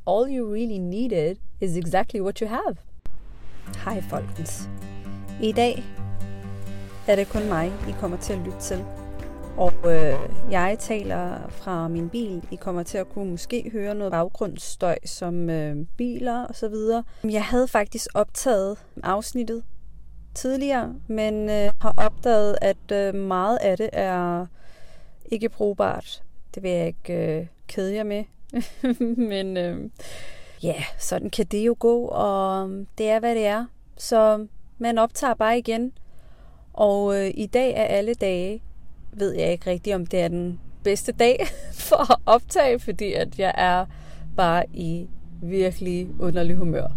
all you really needed is exactly what you have. Hej folkens. I dag er det kun mig, I kommer til at lytte til. Og jeg taler fra min bil. I kommer til at kunne måske høre noget baggrundsstøj som biler og så videre. Jeg havde faktisk optaget afsnittet tidligere, men har opdaget, at meget af det er ikke brugbart. Det vil jeg ikke kede jer med. Men sådan kan det jo gå, og det er, hvad det er. Så man optager bare igen. Og i dag af alle dage ved jeg ikke rigtigt, om det er den bedste dag for at optage, fordi at jeg er bare i virkelig underlig humør.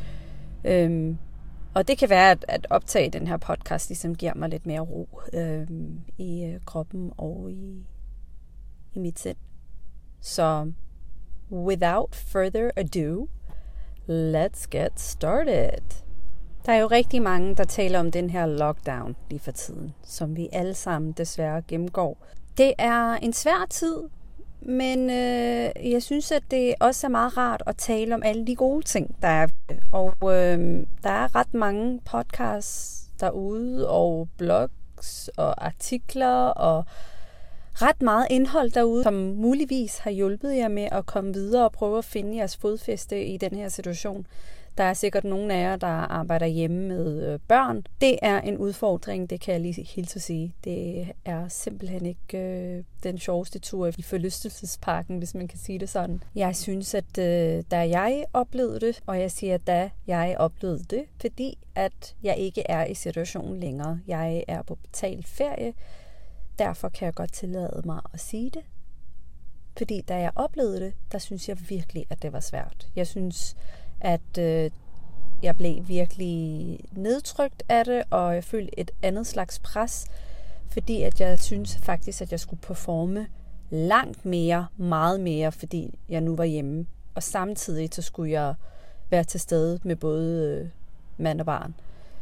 Og det kan være, at optage den her podcast ligesom giver mig lidt mere ro i kroppen og i mit sind. Så without further ado, let's get started. Der er jo rigtig mange, der taler om den her lockdown lige for tiden, som vi alle sammen desværre gennemgår. Det er en svær tid, men jeg synes, at det også er meget rart at tale om alle de gode ting, der er. Og der er ret mange podcasts derude, og blogs og artikler, og ret meget indhold derude, som muligvis har hjulpet jer med at komme videre og prøve at finde jeres fodfæste i den her situation. Der er sikkert nogen af jer, der arbejder hjemme med børn. Det er en udfordring, det kan jeg lige hilse at sige. Det er simpelthen ikke den sjoveste tur i forlystelsesparken, hvis man kan sige det sådan. Jeg synes, at da jeg oplevede det, og jeg siger, da jeg oplevede det, fordi at jeg ikke er i situationen længere. Jeg er på betalt ferie. Derfor kan jeg godt tillade mig at sige det. Fordi da jeg oplevede det, der synes jeg virkelig, at det var svært. Jeg synes, at jeg blev virkelig nedtrykt af det, og jeg følte et andet slags pres, fordi at jeg synes faktisk, at jeg skulle performe langt mere, meget mere, fordi jeg nu var hjemme. Og samtidig så skulle jeg være til stede med både mand og barn.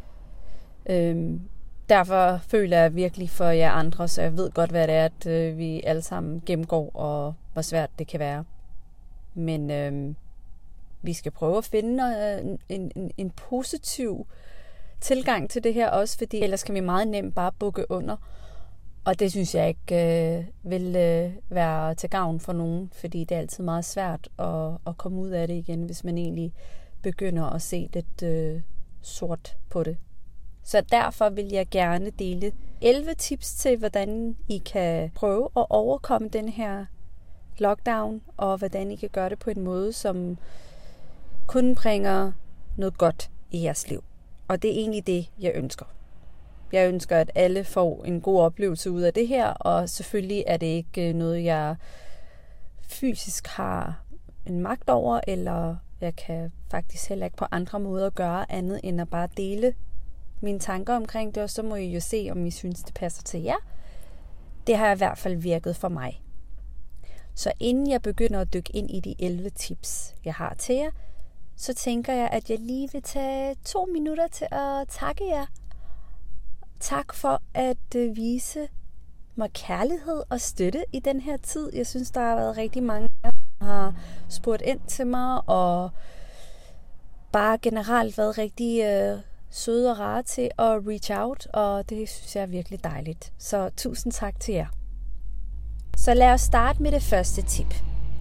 Derfor føler jeg virkelig for jer andre, så jeg ved godt, hvad det er, at vi alle sammen gennemgår, og hvor svært det kan være. Men vi skal prøve at finde en positiv tilgang til det her også, fordi ellers kan vi meget nemt bare bukke under. Og det synes jeg ikke vil være til gavn for nogen, fordi det er altid meget svært at komme ud af det igen, hvis man egentlig begynder at se lidt sort på det. Så derfor vil jeg gerne dele 11 tips til, hvordan I kan prøve at overkomme den her lockdown, og hvordan I kan gøre det på en måde, som kun bringer noget godt i jeres liv. Og det er egentlig det, jeg ønsker. Jeg ønsker, at alle får en god oplevelse ud af det her, og selvfølgelig er det ikke noget, jeg fysisk har en magt over, eller jeg kan faktisk heller ikke på andre måder gøre andet, end at bare dele mine tanker omkring det, og så må I jo se, om I synes, det passer til jer. Det har i hvert fald virket for mig. Så inden jeg begynder at dykke ind i de 11 tips, jeg har til jer, så tænker jeg, at jeg lige vil tage 2 minutter til at takke jer. Tak for at vise mig kærlighed og støtte i den her tid. Jeg synes, der har været rigtig mange, der har spurgt ind til mig, og bare generelt været rigtig søde og rare til at reach out, og det synes jeg er virkelig dejligt. Så tusind tak til jer. Så lad os starte med det første tip.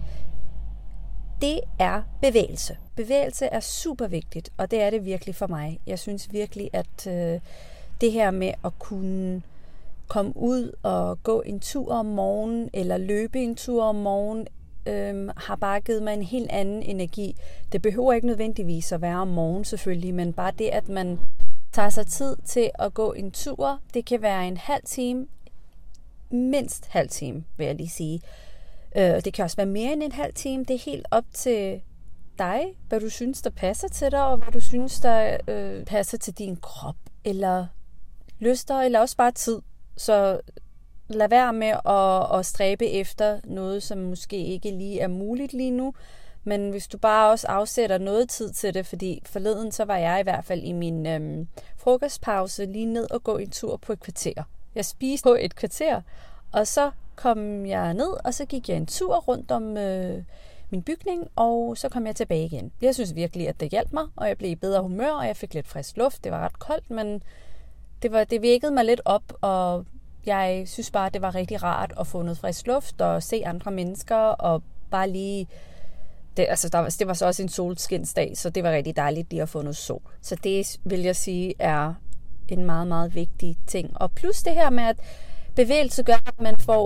Det er bevægelse. Bevægelse er super vigtigt, og det er det virkelig for mig. Jeg synes virkelig, at det her med at kunne komme ud og gå en tur om morgenen, eller løbe en tur om morgenen, har bare givet mig en helt anden energi. Det behøver ikke nødvendigvis at være om morgenen selvfølgelig, men bare det, at man tager sig tid til at gå en tur. Det kan være en halv time, mindst halv time, vil jeg lige sige. Det kan også være mere end en halv time. Det er helt op til dig, hvad du synes, der passer til dig, og hvad du synes, der passer til din krop, eller lyster, eller også bare tid. Så lad være med at stræbe efter noget, som måske ikke lige er muligt lige nu. Men hvis du bare også afsætter noget tid til det, fordi forleden så var jeg i hvert fald i min frokostpause lige ned og gå en tur på et kvarter. Jeg spiste på et kvarter, og så kom jeg ned, og så gik jeg en tur rundt om min bygning, og så kom jeg tilbage igen. Jeg synes virkelig, at det hjalp mig, og jeg blev i bedre humør, og jeg fik lidt frisk luft. Det var ret koldt, men det vækkede mig lidt op, og jeg synes bare, det var rigtig rart at få noget frisk luft og se andre mennesker, og bare lige... Det var så også en solskinsdag, så det var rigtig dejligt lige at få noget sol. Så det vil jeg sige er en meget, meget vigtig ting. Og plus det her med, at bevægelse gør, at man får,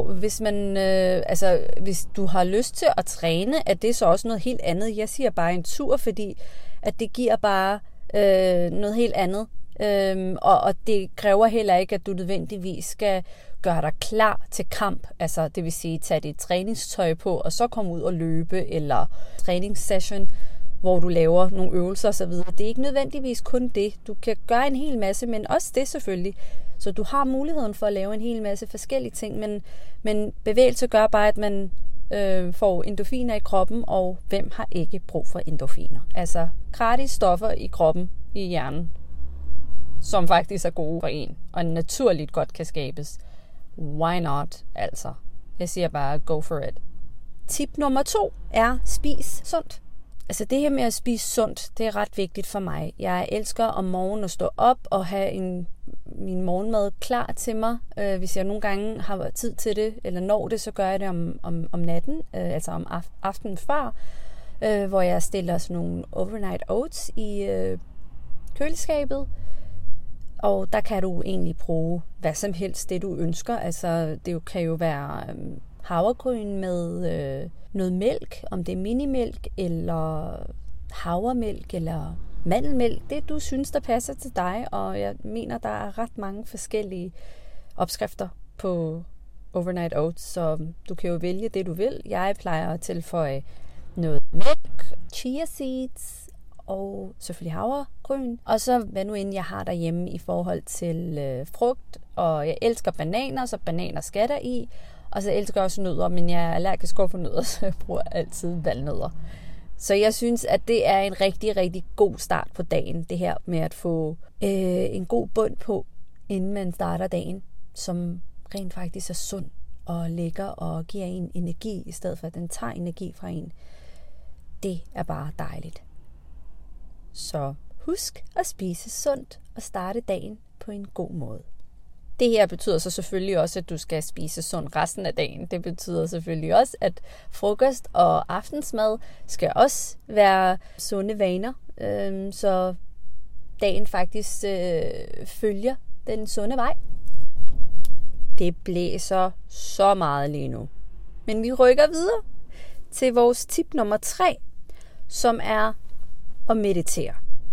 hvis du har lyst til at træne, at det er så også noget helt andet. Jeg siger bare en tur, fordi at det giver bare noget helt andet. Og det kræver heller ikke, at du nødvendigvis skal gøre dig klar til kamp. Altså det vil sige, tage dit træningstøj på, og så komme ud og løbe, eller træningssession, hvor du laver nogle øvelser osv. Det er ikke nødvendigvis kun det. Du kan gøre en hel masse, men også det selvfølgelig. Så du har muligheden for at lave en hel masse forskellige ting, men bevægelse gør bare, at man får endorfiner i kroppen, og hvem har ikke brug for endorfiner? Altså gratis stoffer i kroppen, i hjernen, som faktisk er gode for en, og naturligt godt kan skabes. Why not? Altså, jeg siger bare, go for it. Tip nummer 2 er, spis sundt. Altså det her med at spise sundt, det er ret vigtigt for mig. Jeg elsker om morgenen at stå op og have min morgenmad klar til mig. Hvis jeg nogle gange har tid til det, eller når det, så gør jeg det om natten, altså om aftenen før, hvor jeg stiller sådan nogle overnight oats i køleskabet. Og der kan du egentlig bruge hvad som helst, det du ønsker. Altså det kan jo være havregryn med noget mælk, om det er minimælk, eller havremælk, eller mandelmælk. Det du synes, der passer til dig, og jeg mener, der er ret mange forskellige opskrifter på overnight oats, så du kan jo vælge det, du vil. Jeg plejer at tilføje noget mælk, chia seeds, og selvfølgelig havregryn. Og så hvad nu end jeg har derhjemme i forhold til frugt. Og jeg elsker bananer, så bananer skal der i. Og så elsker jeg også nødder, men jeg er allergisk over for nødder, så jeg bruger altid valnødder. Så jeg synes, at det er en rigtig, rigtig god start på dagen. Det her med at få en god bund på, inden man starter dagen. Som rent faktisk er sund og lækker og giver en energi, i stedet for at den tager energi fra en. Det er bare dejligt. Så husk at spise sundt og starte dagen på en god måde. Det her betyder så selvfølgelig også, at du skal spise sundt resten af dagen. Det betyder selvfølgelig også, at frokost og aftensmad skal også være sunde vaner, så dagen faktisk følger den sunde vej. Det blæser så meget lige nu. Men vi rykker videre til vores tip nummer 3, som er at meditere.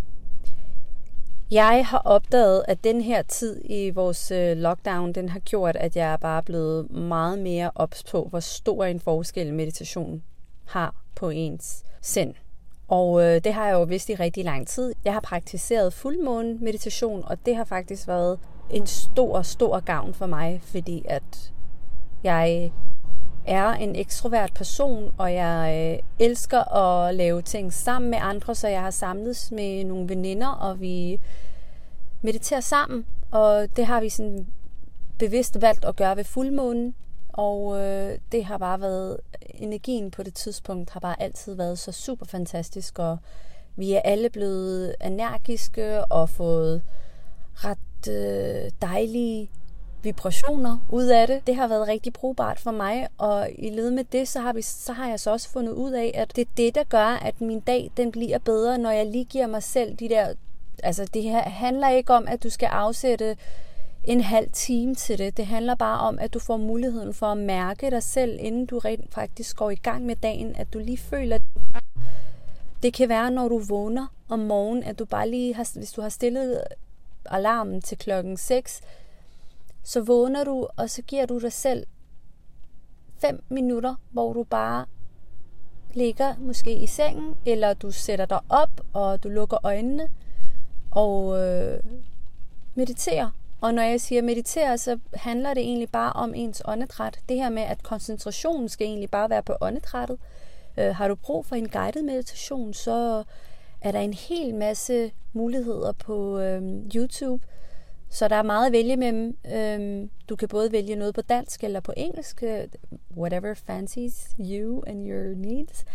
Jeg har opdaget, at den her tid i vores lockdown, den har gjort, at jeg er bare blevet meget mere ops på, hvor stor en forskel meditation har på ens sind. Og det har jeg jo vidst i rigtig lang tid. Jeg har praktiseret fuldmåne meditation, og det har faktisk været en stor, stor gavn for mig, fordi at jeg er en ekstrovert person, og jeg elsker at lave ting sammen med andre, så jeg har samlet med nogle veninder, og vi mediterer sammen, og det har vi sådan bevidst valgt at gøre ved fuldmånen, og det har bare været, energien på det tidspunkt har bare altid været så super fantastisk, og vi er alle blevet energiske og fået ret dejlige vibrationer ud af det. Det har været rigtig brugbart for mig, og i led med det, så har jeg så også fundet ud af, at det er det, der gør, at min dag, den bliver bedre, når jeg lige giver mig selv de der, altså det her handler ikke om, at du skal afsætte en halv time til det. Det handler bare om, at du får muligheden for at mærke dig selv, inden du rent faktisk går i gang med dagen, at du lige føler det. Det kan være, når du vågner om morgenen, at du bare lige har, hvis du har stillet alarmen til 6:00, så vågner du, og så giver du dig selv 5 minutter, hvor du bare ligger måske i sengen, eller du sætter dig op, og du lukker øjnene og mediterer. Og når jeg siger meditere, så handler det egentlig bare om ens åndedræt. Det her med, at koncentrationen skal egentlig bare være på åndedrættet. Har du brug for en guided meditation, så er der en hel masse muligheder på YouTube. Så der er meget at vælge mellem. Du kan både vælge noget på dansk eller på engelsk. Whatever fancies you and your needs.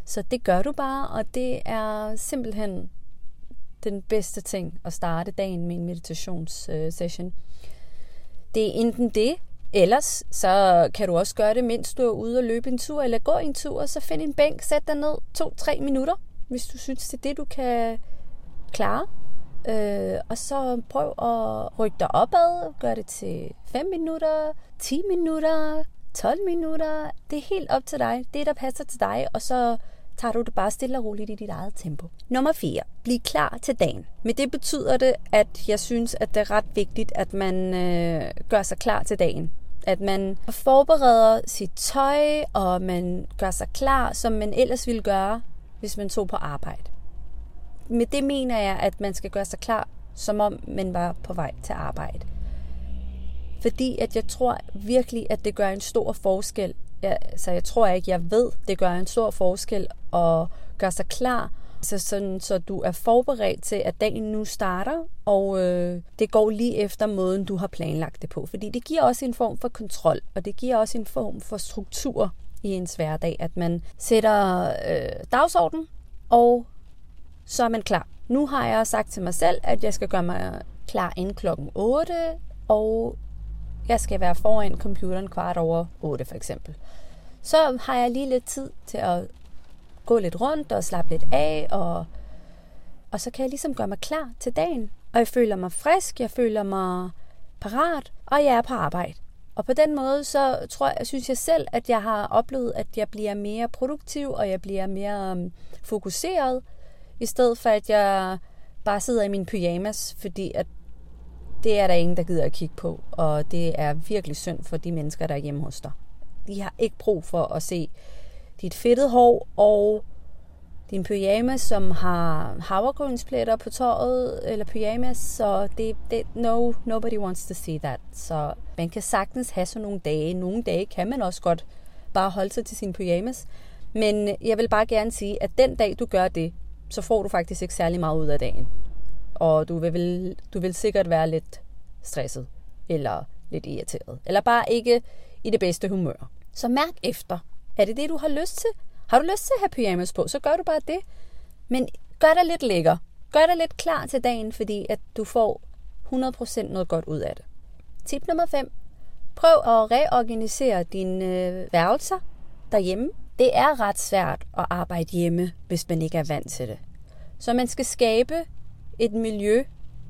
Så det gør du bare, og det er simpelthen den bedste ting at starte dagen med en meditationssession. Det er enten det, ellers så kan du også gøre det, mens du er ude og løbe en tur, eller gå en tur, og så find en bænk, sæt dig ned 2-3 minutter, hvis du synes, det er det, du kan klare. Og så prøv at rykke dig opad, gør det til 5 minutter, 10 minutter, 12 minutter. Det er helt op til dig, det der passer til dig, og så tager du det bare stille og roligt i dit eget tempo. Nummer 4. Bliv klar til dagen. Med det betyder det, at jeg synes, at det er ret vigtigt, at man gør sig klar til dagen. At man forbereder sit tøj, og man gør sig klar, som man ellers ville gøre, hvis man tog på arbejde. Med det mener jeg, at man skal gøre sig klar, som om man var på vej til arbejde. Fordi at jeg tror virkelig, at det gør en stor forskel. Jeg tror ikke, jeg ved, det gør en stor forskel at gøre sig klar, så du er forberedt til, at dagen nu starter, og det går lige efter måden, du har planlagt det på. Fordi det giver også en form for kontrol, og det giver også en form for struktur i ens hverdag, at man sætter dagsorden, og så er man klar. Nu har jeg sagt til mig selv, at jeg skal gøre mig klar inden klokken 8, og jeg skal være foran computeren 7:15 for eksempel. Så har jeg lige lidt tid til at gå lidt rundt og slappe lidt af, og så kan jeg ligesom gøre mig klar til dagen. Og jeg føler mig frisk, jeg føler mig parat, og jeg er på arbejde. Og på den måde, så synes jeg selv, at jeg har oplevet, at jeg bliver mere produktiv, og jeg bliver mere fokuseret, i stedet for at jeg bare sidder i min pyjamas, fordi at det er der ingen, der gider at kigge på, og det er virkelig synd for de mennesker, der er hjemme hos dig. De har ikke brug for at se dit fedtede hår og din pyjamas, som har havregrynspletter på tøjet, eller pyjamas, så nobody wants to see that. Så man kan sagtens have sådan nogle dage. Nogle dage kan man også godt bare holde sig til sin pyjamas. Men jeg vil bare gerne sige, at den dag, du gør det, så får du faktisk ikke særlig meget ud af dagen. Og du vil sikkert være lidt stresset, eller lidt irriteret, eller bare ikke i det bedste humør. Så mærk efter. Er det det, du har lyst til? Har du lyst til at have pyjamas på, så gør du bare det. Men gør dig lidt lækker. Gør dig lidt klar til dagen, fordi at du får 100% noget godt ud af det. Tip nummer 5. Prøv at reorganisere dine værelser derhjemme. Det er ret svært at arbejde hjemme, hvis man ikke er vant til det. Så man skal skabe et miljø,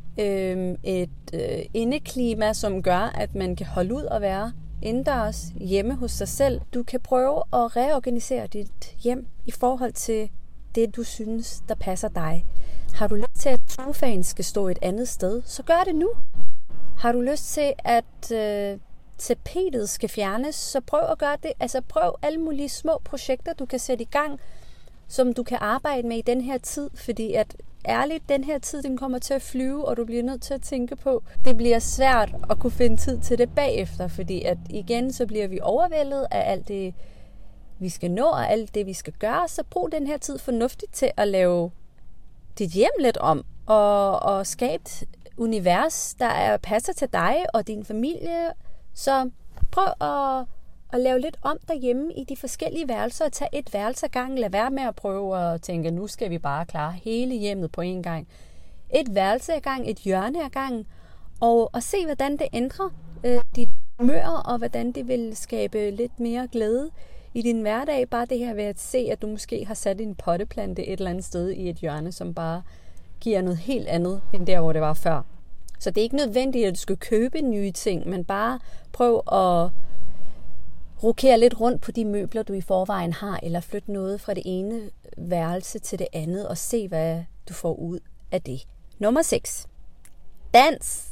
et indeklima, som gør, at man kan holde ud og være indendørs hjemme hos sig selv. Du kan prøve at reorganisere dit hjem i forhold til det, du synes, der passer dig. Har du lyst til, at sofaen skal stå et andet sted, så gør det nu. Har du lyst til, at tapetet skal fjernes, så prøv at gøre det. Altså prøv alle mulige små projekter, du kan sætte i gang, som du kan arbejde med i den her tid, fordi at ærligt, den her tid, den kommer til at flyve, og du bliver nødt til at tænke på, det bliver svært at kunne finde tid til det bagefter, fordi at igen, så bliver vi overvældet af alt det, vi skal nå, og alt det, vi skal gøre, så brug den her tid fornuftigt til at lave dit hjem lidt om, og skabe et univers, der passer til dig og din familie. Så prøv at lave lidt om derhjemme i de forskellige værelser, og tage et værelse ad gangen. Lad være med at prøve at tænke, nu skal vi bare klare hele hjemmet på en gang. Et værelse ad gangen, et hjørne ad gangen, og se, hvordan det ændrer dit humør, og hvordan det vil skabe lidt mere glæde i din hverdag. Bare det her ved at se, at du måske har sat en potteplante et eller andet sted i et hjørne, som bare giver noget helt andet, end der, hvor det var før. Så det er ikke nødvendigt, at du skal købe nye ting, men bare prøv at rokere lidt rundt på de møbler, du i forvejen har, eller flytte noget fra det ene værelse til det andet, og se, hvad du får ud af det. Nummer 6. Dans.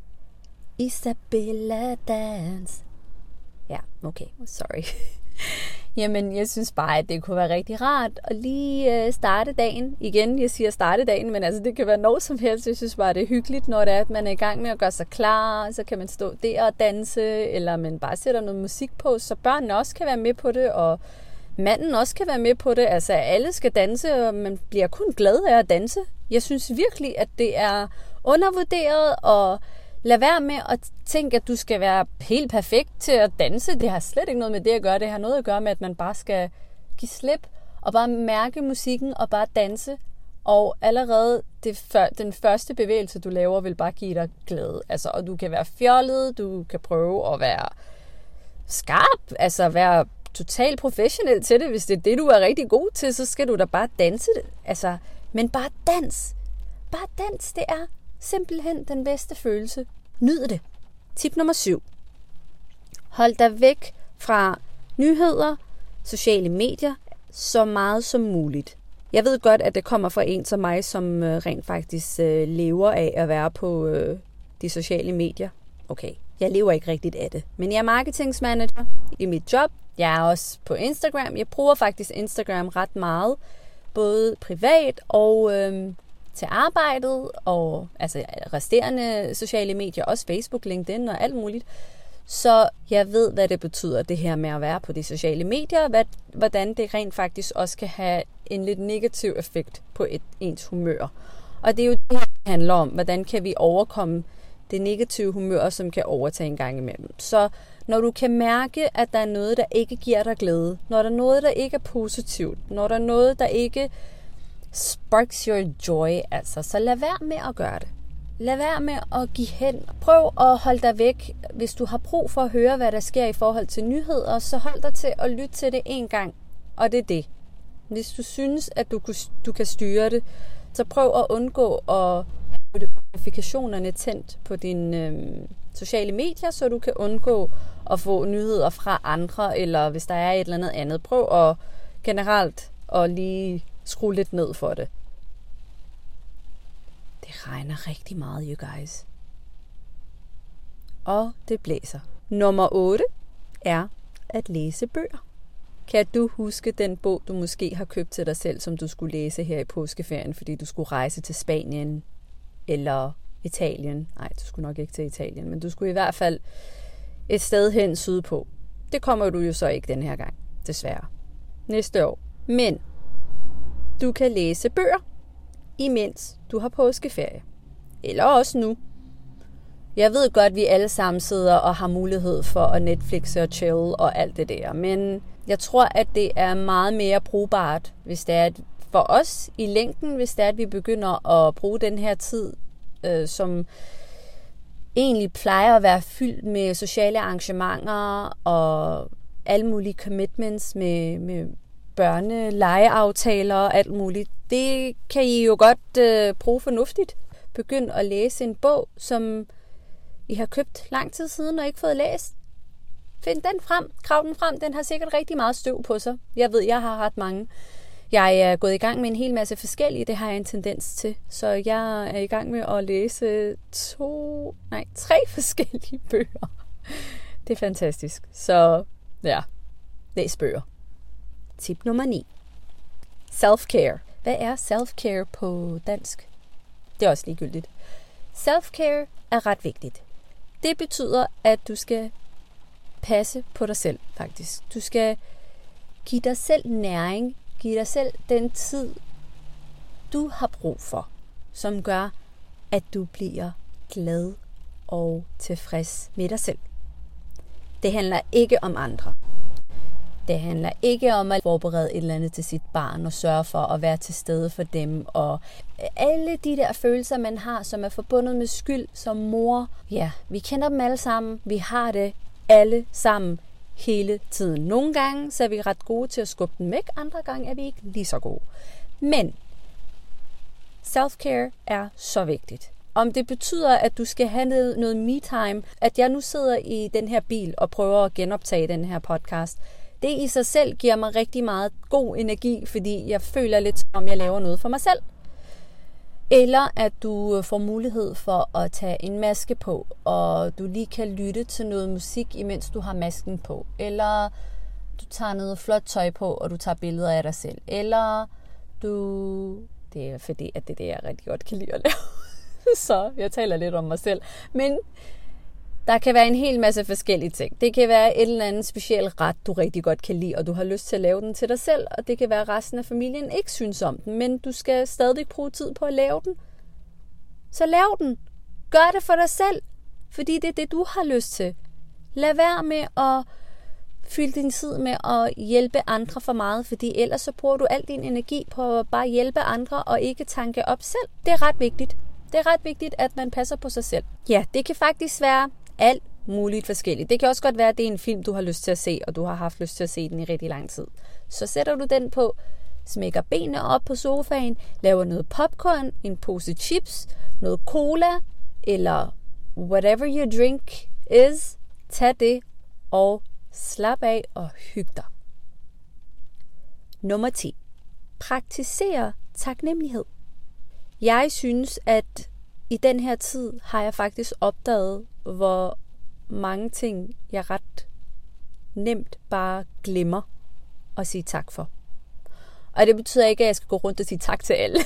Isabella dans. Ja, okay, sorry. Jamen, jeg synes bare, at det kunne være rigtig rart at lige starte dagen. Igen, jeg siger starte dagen, men altså det kan være noget som helst. Jeg synes bare, det er hyggeligt, når det er, at man er i gang med at gøre sig klar. Så kan man stå der og danse, eller man bare sætter noget musik på, så børnene også kan være med på det, og manden også kan være med på det. Altså, alle skal danse, og man bliver kun glad af at danse. Jeg synes virkelig, at det er undervurderet, og lad være med at tænke, at du skal være helt perfekt til at danse. Det har slet ikke noget med det at gøre. Det har noget at gøre med, at man bare skal give slip og bare mærke musikken og bare danse. Og allerede den første bevægelse, du laver, vil bare give dig glæde. Altså, og du kan være fjollet, du kan prøve at være skarp, altså være totalt professionel til det. Hvis det er det, du er rigtig god til, så skal du da bare danse det. Altså, men bare dans. Bare dans, det er simpelthen den bedste følelse. Nyd det. Tip nummer 7. Hold dig væk fra nyheder, sociale medier, så meget som muligt. Jeg ved godt, at det kommer fra en som mig, som rent faktisk lever af at være på de sociale medier. Okay, jeg lever ikke rigtigt af det, men jeg er marketingsmanager i mit job. Jeg er også på Instagram. Jeg bruger faktisk Instagram ret meget, både privat og til arbejdet, og altså resterende sociale medier, også Facebook, LinkedIn og alt muligt. Så jeg ved, hvad det betyder, det her med at være på de sociale medier, hvordan det rent faktisk også kan have en lidt negativ effekt på ens humør. Og det er jo det, det handler om, hvordan kan vi overkomme det negative humør, som kan overtage en gang imellem. Så når du kan mærke, at der er noget, der ikke giver dig glæde, når der er noget, der ikke er positivt, når der er noget, der ikke sparks your joy, altså, så lad være med at gøre det. Lad være med at give hen. Prøv at holde dig væk. Hvis du har brug for at høre, hvad der sker i forhold til nyheder, så hold dig til at lytte til det en gang. Og det er det. Hvis du synes, at du kan styre det, så prøv at undgå at have notifikationerne tændt på dine sociale medier, så du kan undgå at få nyheder fra andre, eller hvis der er et eller andet. Prøv at generelt at lige skrue lidt ned for det. Det regner rigtig meget, you guys. Og det blæser. Nummer 8 er at læse bøger. Kan du huske den bog, du måske har købt til dig selv, som du skulle læse her i påskeferien, fordi du skulle rejse til Spanien eller Italien? Nej, du skulle nok ikke til Italien, men du skulle i hvert fald et sted hen sydpå. Det kommer du jo så ikke den her gang, desværre. Næste år. Men du kan læse bøger, imens du har påskeferie. Eller også nu. Jeg ved godt, at vi alle sammen sidder og har mulighed for at Netflixe og chill og alt det der. Men jeg tror, at det er meget mere brugbart, hvis det er for os i længden, hvis det er, at vi begynder at bruge den her tid, som egentlig plejer at være fyldt med sociale arrangementer og alle mulige commitments med børnelegeaftaler og alt muligt. Det kan I jo godt bruge fornuftigt. Begynd at læse en bog, som I har købt lang tid siden og ikke fået læst. Find den frem. Krav den frem. Den har sikkert rigtig meget støv på sig. Jeg ved, jeg har ret mange. Jeg er gået i gang med en hel masse forskellige. Det har jeg en tendens til. Så jeg er i gang med at læse 3 forskellige bøger. Det er fantastisk. Så ja, læs bøger. Tip nummer 9. Self-care. Hvad er self-care på dansk? Det er også ligegyldigt. Self-care er ret vigtigt. Det betyder, at du skal passe på dig selv, faktisk. Du skal give dig selv næring, give dig selv den tid, du har brug for, som gør, at du bliver glad og tilfreds med dig selv. Det handler ikke om andre. Det handler ikke om at forberede et eller andet til sit barn og sørge for at være til stede for dem. Og alle de der følelser, man har, som er forbundet med skyld som mor. Ja, vi kender dem alle sammen. Vi har det alle sammen hele tiden. Nogle gange så er vi ret gode til at skubbe den væk. Andre gange er vi ikke lige så gode. Men self-care er så vigtigt. Om det betyder, at du skal have noget me-time, at jeg nu sidder i den her bil og prøver at genoptage den her podcast, det i sig selv giver mig rigtig meget god energi, fordi jeg føler lidt, som jeg laver noget for mig selv. Eller at du får mulighed for at tage en maske på, og du lige kan lytte til noget musik, imens du har masken på. Eller du tager noget flot tøj på, og du tager billeder af dig selv. Eller det er fordi, at det er det, jeg rigtig godt kan lide at lave. Så jeg taler lidt om mig selv. Men der kan være en hel masse forskellige ting. Det kan være et eller andet speciel ret, du rigtig godt kan lide, og du har lyst til at lave den til dig selv. Og det kan være, at resten af familien ikke synes om den, men du skal stadig bruge tid på at lave den. Så lav den. Gør det for dig selv, fordi det er det, du har lyst til. Lad være med at fylde din tid med at hjælpe andre for meget, fordi ellers så bruger du al din energi på at bare hjælpe andre og ikke tanke op selv. Det er ret vigtigt. Det er ret vigtigt, at man passer på sig selv. Ja, det kan faktisk være alt muligt forskelligt. Det kan også godt være, at det er en film, du har lyst til at se, og du har haft lyst til at se den i rigtig lang tid. Så sætter du den på, smækker benene op på sofaen, laver noget popcorn, en pose chips, noget cola, eller whatever your drink is. Tag det og slap af og hyg dig. Nummer 10. Praktiser taknemmelighed. Jeg synes, at i den her tid har jeg faktisk opdaget, hvor mange ting jeg ret nemt bare glemmer at sige tak for. Og det betyder ikke, at jeg skal gå rundt og sige tak til alle.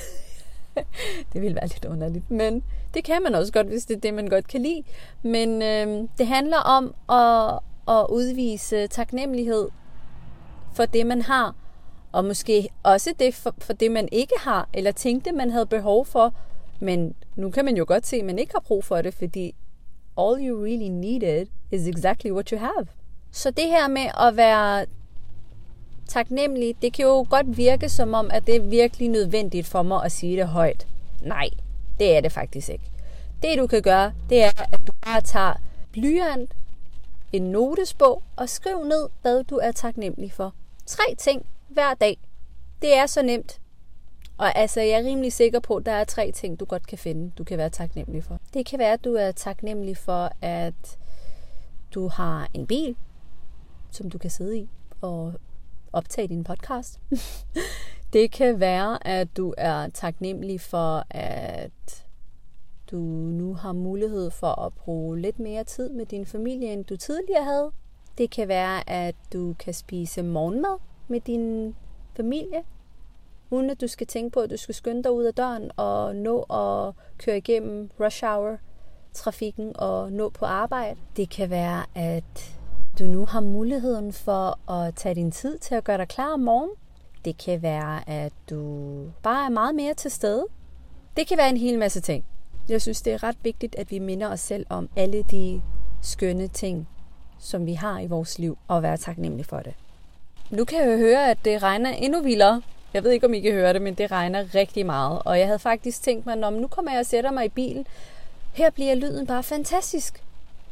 Det vil være lidt underligt, men det kan man også godt, hvis det er det, man godt kan lide. Men det handler om at udvise taknemmelighed for det, man har, og måske også det for det, man ikke har, eller tænkte, man havde behov for. Men nu kan man jo godt se, at man ikke har brug for det, fordi all you really needed is exactly what you have. Så det her med at være taknemmelig, det kan jo godt virke som om, at det er virkelig nødvendigt for mig at sige det højt. Nej, det er det faktisk ikke. Det du kan gøre, det er, at du bare tager blyant, en notesbog og skriv ned, hvad du er taknemmelig for. 3 ting hver dag. Det er så nemt. Og altså, jeg er rimelig sikker på, at der er 3 ting, du godt kan finde, du kan være taknemmelig for. Det kan være, at du er taknemmelig for, at du har en bil, som du kan sidde i og optage din podcast. Det kan være, at du er taknemmelig for, at du nu har mulighed for at bruge lidt mere tid med din familie, end du tidligere havde. Det kan være, at du kan spise morgenmad med din familie, uden at du skal tænke på, at du skal skynde dig ud af døren og nå at køre igennem rush hour trafikken og nå på arbejde. Det kan være, at du nu har muligheden for at tage din tid til at gøre dig klar om morgenen. Det kan være, at du bare er meget mere til stede. Det kan være en hel masse ting. Jeg synes, det er ret vigtigt, at vi minder os selv om alle de skønne ting, som vi har i vores liv, og være taknemmelige for det. Nu kan jeg jo høre, at det regner endnu vildere. Jeg ved ikke, om I kan høre det, men det regner rigtig meget. Og jeg havde faktisk tænkt mig, nu kommer jeg og sætter mig i bilen. Her bliver lyden bare fantastisk.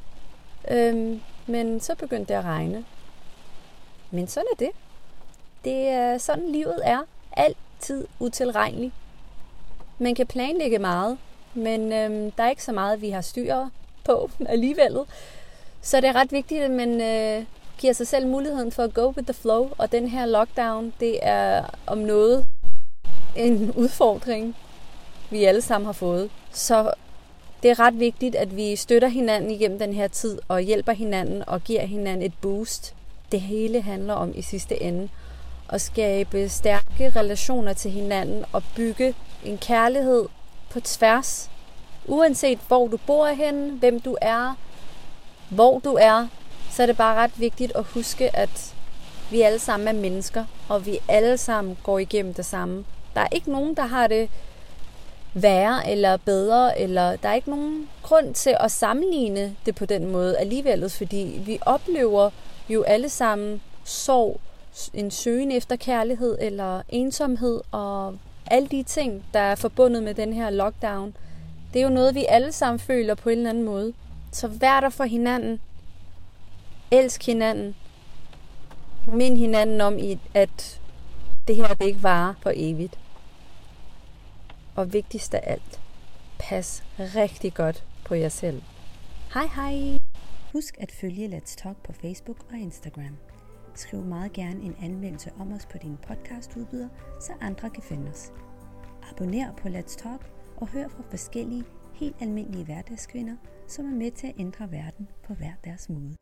Men så begyndte det at regne. Men sådan er det. Det er sådan, livet er. Altid utilregneligt. Man kan planlægge meget, men der er ikke så meget, vi har styr på alligevel. Så det er ret vigtigt, at man giver sig selv muligheden for at go with the flow. Og den her lockdown, det er om noget en udfordring, vi alle sammen har fået. Så det er ret vigtigt, at vi støtter hinanden igennem den her tid, og hjælper hinanden og giver hinanden et boost. Det hele handler om i sidste ende at skabe stærke relationer til hinanden og bygge en kærlighed på tværs. Uanset hvor du bor henne, hvem du er, hvor du er, så er det bare ret vigtigt at huske, at vi alle sammen er mennesker, og vi alle sammen går igennem det samme. Der er ikke nogen, der har det værre eller bedre, eller der er ikke nogen grund til at sammenligne det på den måde alligevel, fordi vi oplever jo alle sammen sorg, en søgen efter kærlighed eller ensomhed, og alle de ting, der er forbundet med den her lockdown. Det er jo noget, vi alle sammen føler på en eller anden måde. Så vær der for hinanden. Elsk hinanden. Mind hinanden om, at det her det ikke varer for evigt. Og vigtigst af alt, pas rigtig godt på jer selv. Hej hej! Husk at følge Let's Talk på Facebook og Instagram. Skriv meget gerne en anmeldelse om os på din podcastudbyder, så andre kan finde os. Abonner på Let's Talk og hør fra forskellige, helt almindelige hverdagskvinder, som er med til at ændre verden på hver deres måde.